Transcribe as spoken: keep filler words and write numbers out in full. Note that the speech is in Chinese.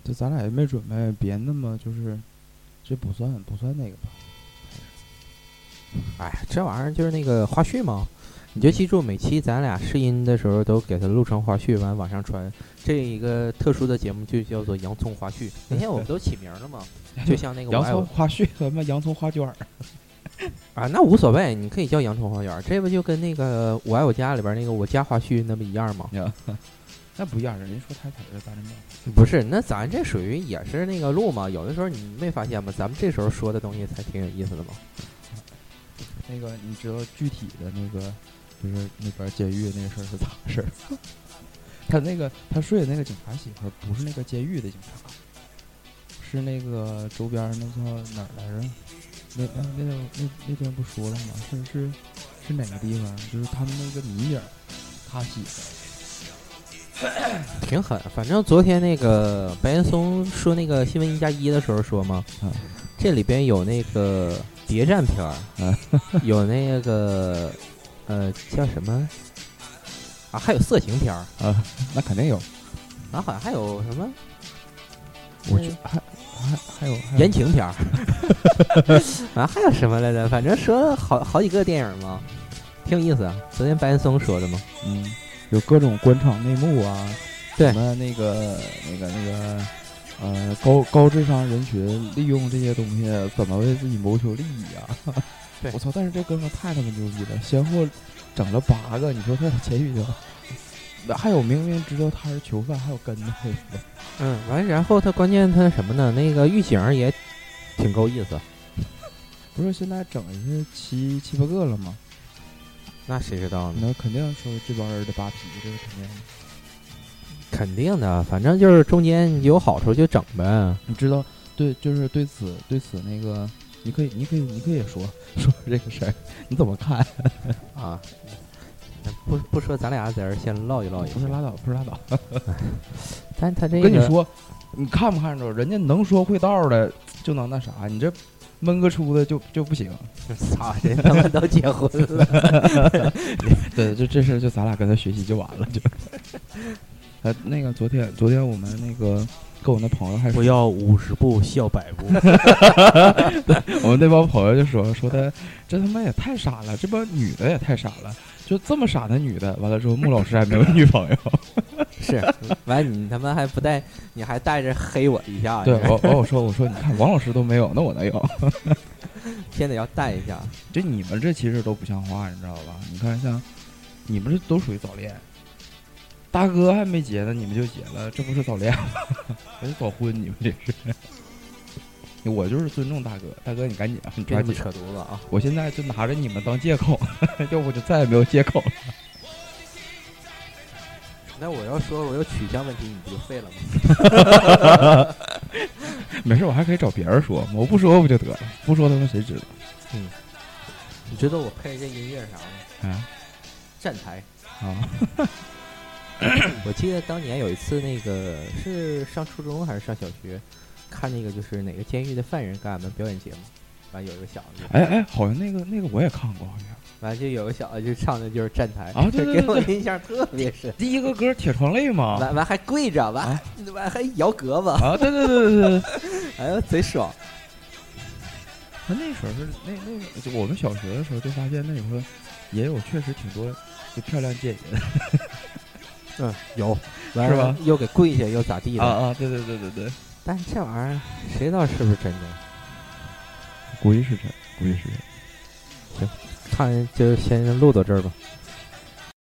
就咱俩也没准备，别那么就是，这不算不算那个吧。 哎，这玩意儿就是那个花絮嘛，你就记住每期咱俩试音的时候都给它录成花絮，完往上传。这一个特殊的节目就叫做洋葱花絮。那天我们都起名了嘛，就像那个洋葱花絮和什么洋葱花卷儿啊，那无所谓，你可以叫洋葱花卷儿，这不就跟那个我爱我家里边那个我家花絮那不一样吗？ 那不一样，人家说台词儿，咱这没。 不是，那咱这属于也是那个录嘛。有的时候你没发现吗？咱们这时候说的东西才挺有意思的嘛。 那个你知道具体的那个就是那边监狱那个事儿是咋回事？他那个他睡的那个警察媳妇不是那个监狱的警察，是那个周边那叫哪儿来着？那那那那那天不说了吗？是是是哪个地方？就是他们那个民警他媳妇挺狠。反正昨天那个白岩松说那个新闻一加一的时候说嘛， 啊、 这里边有那个谍战片儿， 啊、 有那个呃叫什么啊，还有色情片儿啊，那肯定有。 啊，好像还有什么？ 我觉得还还还有言情片儿啊，还有什么来着？反正说好好几个电影嘛，挺有意思啊。昨天白岩松说的嘛， 嗯，有各种官场内幕啊， 对， 什么那个那个那个呃高高智商人群利用这些东西怎么为自己谋求利益啊？ 对， 我操！但是这哥们太他妈牛逼了，先后整了八个，你说他监狱去了，还有明明知道他是囚犯，还有跟的。 嗯，完，然后他关键他什么呢？那个狱警也挺够意思。 不是现在整的是七七八个了吗？ 那谁知道呢？ 那肯定说这帮人的扒皮，这个肯定。 肯定的，反正就是中间有好处就整呗。 你知道，对，就是对此对此那个，你可以你可以你可以说说这个事儿，你怎么看啊？不不说，咱俩在这先唠一唠一。 不是拉倒，不是拉倒。 但他这个， 跟你说，你看不看着？人家能说会道的就能那啥，你这闷个出的就就不行。 操，人他们都结婚了。 对，这这事就咱俩跟他学习就完了就。呃，那个昨天昨天我们那个跟我那朋友还说不要五十步笑百步。 我们那帮朋友就说说他这他妈也太傻了，这帮女的也太傻了，就这么傻的女的，完了之后穆老师还没有女朋友。 是，完你他妈还不带，你还带着黑我一下。 对，我我我说我说你看王老师都没有，那我能有？ 偏得要带一下。 就你们这其实都不像话，你知道吧？你看像你们这都属于早恋。大哥还没结呢，你们就结了，这不是早恋吗？这是早婚，你们这是。我就是尊重大哥，大哥你赶紧啊，你抓紧扯犊子啊！ 我现在就拿着你们当借口，要不就再也没有借口了。 那我要说我有取向问题，你不就废了吗？ 没事，我还可以找别人说，我不说不就得了？不说他们谁知道？ 嗯，你知道我配这音乐啥吗？ 啊， 站台啊。 我记得当年有一次，那个是上初中还是上小学，看那个就是哪个监狱的犯人干的表演节目，完有一个小子， 哎哎，好像那个那个我也看过，好像完就有个小子就唱的就是站台啊，对对对， 给我印象特别深。 第一个歌《铁窗泪》嘛， 完完还跪着，完、啊、完还摇胳膊啊，对对对对对， 哎呦贼爽。 他那时候是那那个，就我们小学的时候就发现那里头也有确实挺多就漂亮姐姐的。 嗯，有， 是吧？ 又给跪下又咋地的？ 啊啊，对对对对对。 但是这玩意儿谁知道是不是真的？ 估计是真，估计是真。 行，看就先录到这儿吧。